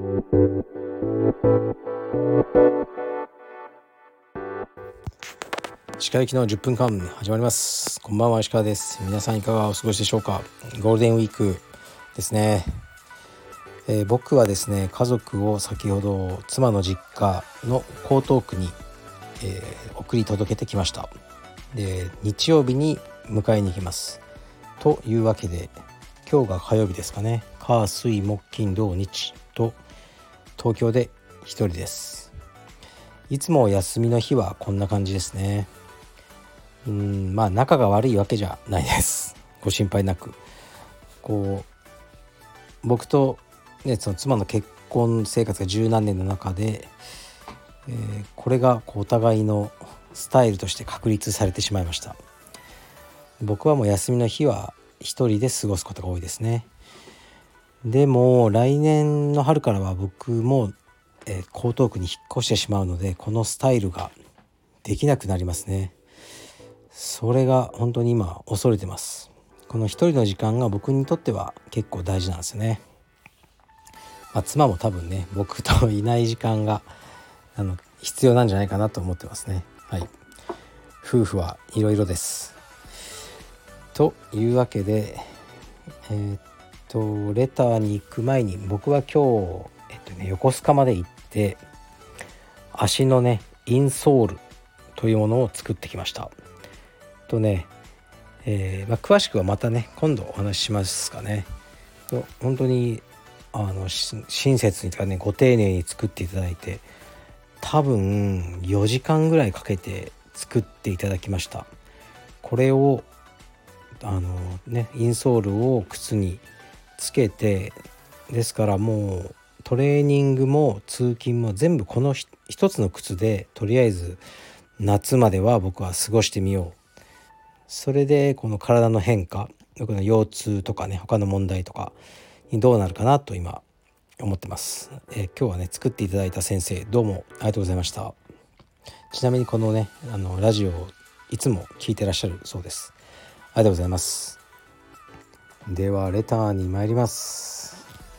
石川行きの10分間始まります。こんばんは、石川です。皆さんいかがお過ごしでしょうか。ゴールデンウィークですね。僕はですね、家族を先ほど妻の実家の江東区に、送り届けてきました。で、日曜日に迎えに行きます。というわけで、今日が火曜日ですかね。火水木金土日と東京で一人です。いつも休みの日はこんな感じですね。仲が悪いわけじゃないです。ご心配なく。僕と、その妻の結婚生活が十何年の中で、これがお互いのスタイルとして確立されてしまいました。僕はもう休みの日は一人で過ごすことが多いですね。でも来年の春からは僕も、江東区に引っ越してしまうので、このスタイルができなくなりますね。それが本当に今恐れてます。この一人の時間が僕にとっては結構大事なんですよね。妻も多分ね、僕といない時間が必要なんじゃないかなと思ってますね。はい。夫婦はいろいろです。というわけで、レターに行く前に僕は今日、横須賀まで行って足のねインソールというものを作ってきました。詳しくはまたね今度お話ししますかね。本当に親切にとかね、ご丁寧に作っていただいて、多分4時間ぐらいかけて作っていただきました。これをインソールを靴につけて、ですからもうトレーニングも通勤も全部この一つの靴でとりあえず夏までは僕は過ごしてみよう。それでこの体の変化、僕の腰痛とかね、他の問題とかにどうなるかなと今思ってます。今日はね作っていただいた先生、どうもありがとうございました。ちなみにこのねラジオをいつも聞いてらっしゃるそうです。ありがとうございます。ではレターに参ります。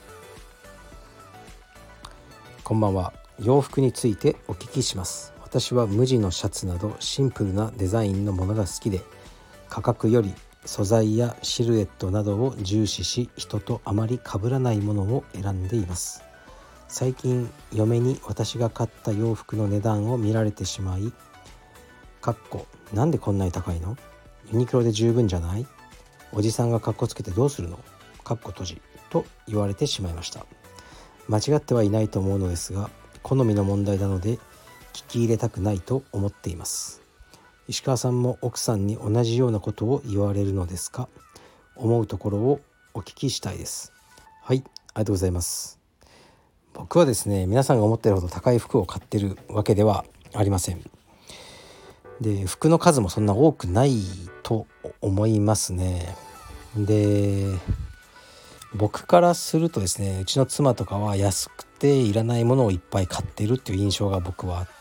こんばんは。洋服についてお聞きします。私は無地のシャツなどシンプルなデザインのものが好きで、価格より素材やシルエットなどを重視し、人とあまり被らないものを選んでいます。最近嫁に私が買った洋服の値段を見られてしまい、なんでこんなに高いの？ユニクロで十分じゃない？おじさんがカッコつけてどうするの？閉じと言われてしまいました。間違ってはいないと思うのですが、好みの問題なので聞き入れたくないと思っています。石川さんも奥さんに同じようなことを言われるのですか？思うところをお聞きしたいです。はい、ありがとうございます。僕はですね、皆さんが思っているほど高い服を買ってるわけではありません。で、服の数もそんな多くないと思いますね。で、僕からするとですね、うちの妻とかは安くていらないものをいっぱい買ってるっていう印象が僕はあって、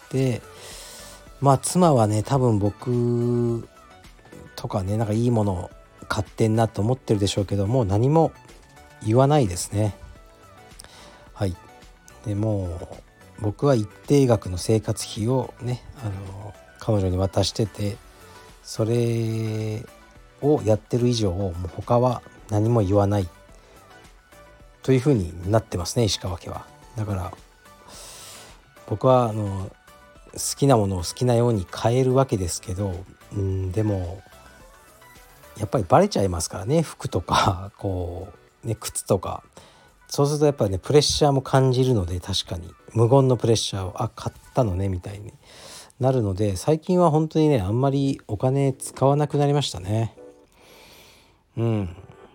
妻はね多分僕とかねいいものを買ってんなと思ってるでしょうけども、何も言わないですね。はい。でも僕は一定額の生活費をね彼女に渡してて、それをやってる以上もう他は何も言わないというふうになってますね、石川家は。だから僕は好きなものを好きなように買えるわけですけど、でもやっぱりバレちゃいますからね、服とか靴とか。そうするとやっぱりねプレッシャーも感じるので、確かに無言のプレッシャーを買ったのねみたいになるので、最近は本当にねあんまりお金使わなくなりましたね。例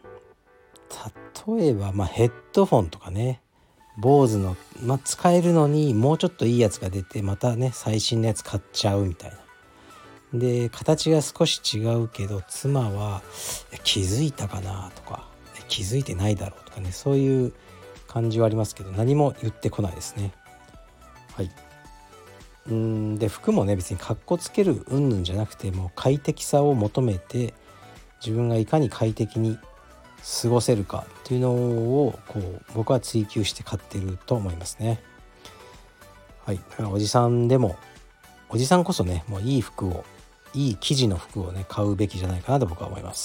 えばヘッドフォンとかね、坊主の、使えるのにもうちょっといいやつが出て、またね最新のやつ買っちゃうみたいな。で、形が少し違うけど妻は気づいたかなとか、気づいてないだろうとかね、そういう感じはありますけど、何も言ってこないですね。はい。で、服もね別にかっこつける云々じゃなくて、もう快適さを求めて、自分がいかに快適に過ごせるかっていうのを僕は追求して買ってると思いますね。はい、だからおじさんこそね、もういい生地の服をね買うべきじゃないかなと僕は思います。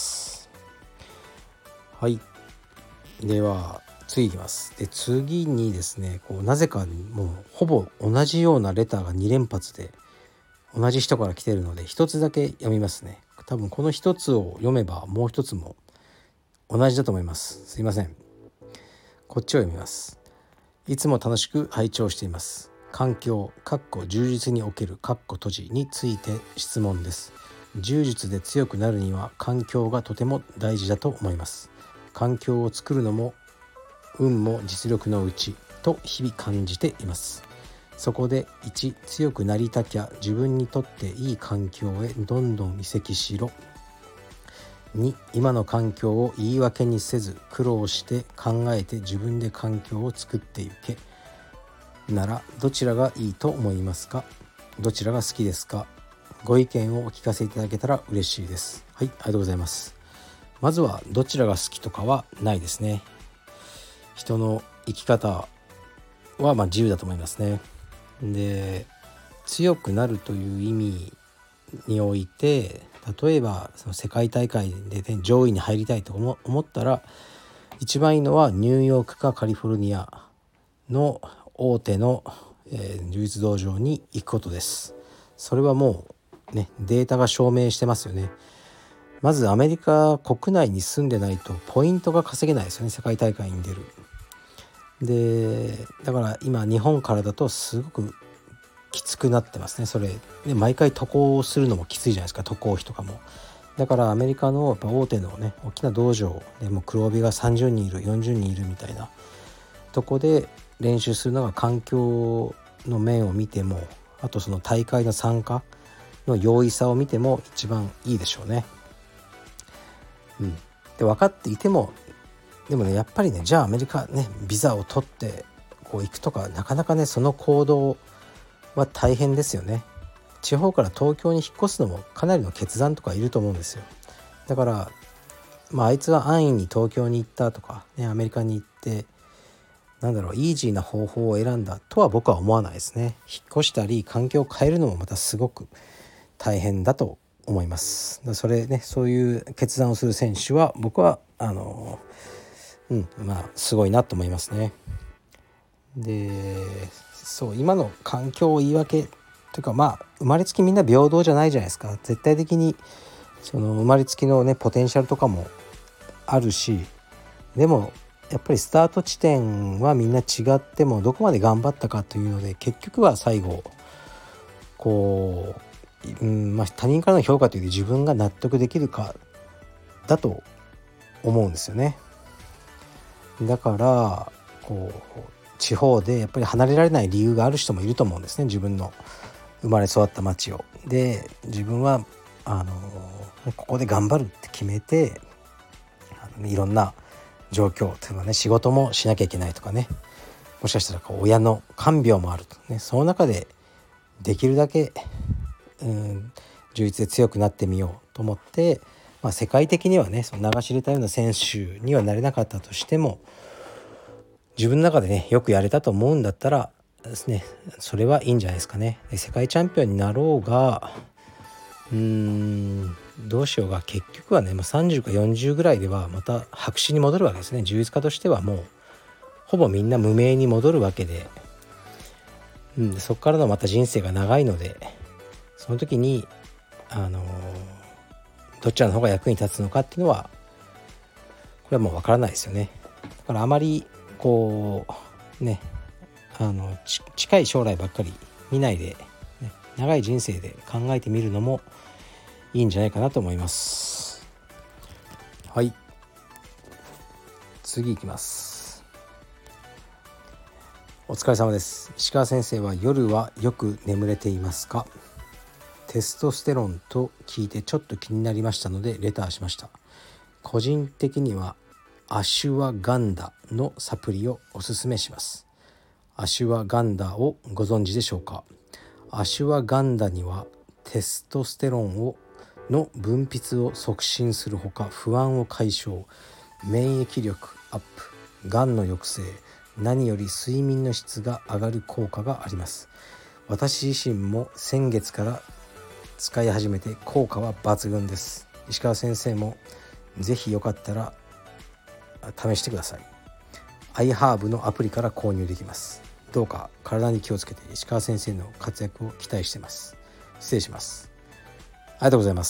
はい、では次いきます。で次にですね、なぜかもうほぼ同じようなレターが2連発で同じ人から来てるので一つだけ読みますね。多分この一つを読めばもう一つも同じだと思います。すいません。こっちを読みます。いつも楽しく拝聴しています。環境充実における閉じについて質問です。柔術で強くなるには環境がとても大事だと思います。環境を作るのも運も実力のうちと日々感じています。そこで1、強くなりたきゃ自分にとっていい環境へどんどん移籍しろ。2、今の環境を言い訳にせず苦労して考えて自分で環境を作っていけ。ならどちらがいいと思いますか？どちらが好きですか？ご意見をお聞かせいただけたら嬉しいです。はい、ありがとうございます。まずはどちらが好きとかはないですね。人の生き方は自由だと思いますね。で、強くなるという意味において、例えばその世界大会で、ね、上位に入りたいと思ったら一番いいのはニューヨークかカリフォルニアの大手の、柔術道場に行くことです。それはもうねデータが証明してますよね。まずアメリカ国内に住んでないとポイントが稼げないですよね、世界大会に出る。でだから今日本からだとすごくきつくなってますね。それで毎回渡航するのもきついじゃないですか、渡航費とかも。だからアメリカのやっぱ大手のね大きな道場でもう黒帯が30人いる40人いるみたいなとこで練習するのが環境の面を見ても、あとその大会の参加の容易さを見ても一番いいでしょうね。で分かっていてもでもねやっぱりね、じゃあアメリカねビザを取って行くとかなかなかねその行動は大変ですよね。地方から東京に引っ越すのもかなりの決断とかいると思うんですよ。だからあいつは安易に東京に行ったとかね、アメリカに行ってイージーな方法を選んだとは僕は思わないですね。引っ越したり環境を変えるのもまたすごく大変だと思います。そういう決断をする選手は僕はすごいなと思いますね。で今の環境を言い訳というか生まれつきみんな平等じゃないじゃないですか。絶対的にその生まれつきのねポテンシャルとかもあるし、でもやっぱりスタート地点はみんな違ってもどこまで頑張ったかというので結局は最後他人からの評価というより自分が納得できるかだと思うんですよね。だから地方でやっぱり離れられない理由がある人もいると思うんですね。自分の生まれ育った町をで自分はここで頑張るって決めていろんな状況というのはね、仕事もしなきゃいけないとかね、もしかしたら親の看病もあるとね、その中でできるだけ充実で強くなってみようと思って、世界的にはねその流し入れたような選手にはなれなかったとしても自分の中でねよくやれたと思うんだったらですね、それはいいんじゃないですかね。で世界チャンピオンになろうがどうしようが結局はね30か40ぐらいではまた白紙に戻るわけですね。充実家としてはもうほぼみんな無名に戻るわけで、そこからのまた人生が長いので、その時にどちらの方が役に立つのかっていうのはこれはもう分からないですよね。だからあまり近い将来ばっかり見ないで、長い人生で考えてみるのもいいんじゃないかなと思います。はい、次いきます。お疲れ様です。石川先生は夜はよく眠れていますか？テストステロンと聞いてちょっと気になりましたのでレターしました。個人的にはアシュワガンダのサプリをおすすめします。アシュワガンダをご存知でしょうか？アシュワガンダにはテストステロンの分泌を促進するほか不安を解消、 免疫力アップ、がんの抑制、何より睡眠の質が上がる効果があります。私自身も先月から使い始めて効果は抜群です。石川先生もぜひよかったら試してください。iHerb のアプリから購入できます。どうか体に気をつけて石川先生の活躍を期待しています。失礼します。ありがとうございます。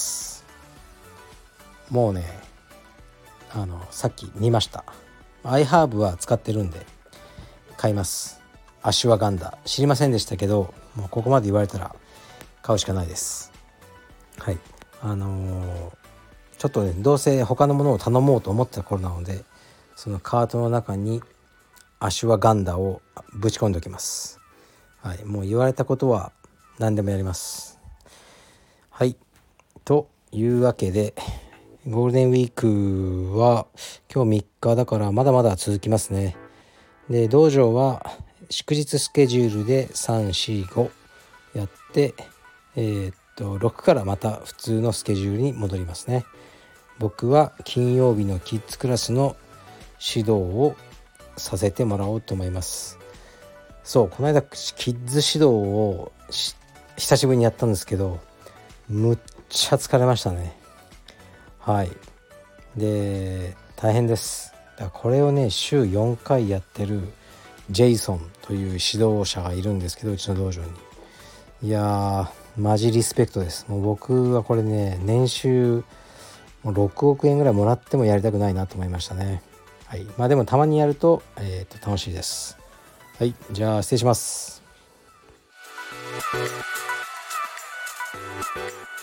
もうね、さっき見ました。iHerb は使ってるんで買います。アシュワガンダ知りませんでしたけど、もうここまで言われたら買うしかないです。はい、ちょっとね、どうせ他のものを頼もうと思ってた頃なので、そのカートの中にアシュワガンダをぶち込んでおきます。はい、もう言われたことは何でもやります。はい、というわけでゴールデンウィークは今日3日だからまだまだ続きますね。で、道場は祝日スケジュールで3、4、5やって、6からまた普通のスケジュールに戻りますね。僕は金曜日のキッズクラスの指導をさせてもらおうと思います。そう、この間キッズ指導を久しぶりにやったんですけど、むっちゃ疲れましたね。はい、で大変です。だからこれをね週4回やってるジェイソンという指導者がいるんですけど、うちの道場に。いやーマジリスペクトです。もう僕はこれね、年収もう6億円ぐらいもらってもやりたくないなと思いましたね。はい、まあでもたまにやると、楽しいです。はい、じゃあ失礼します。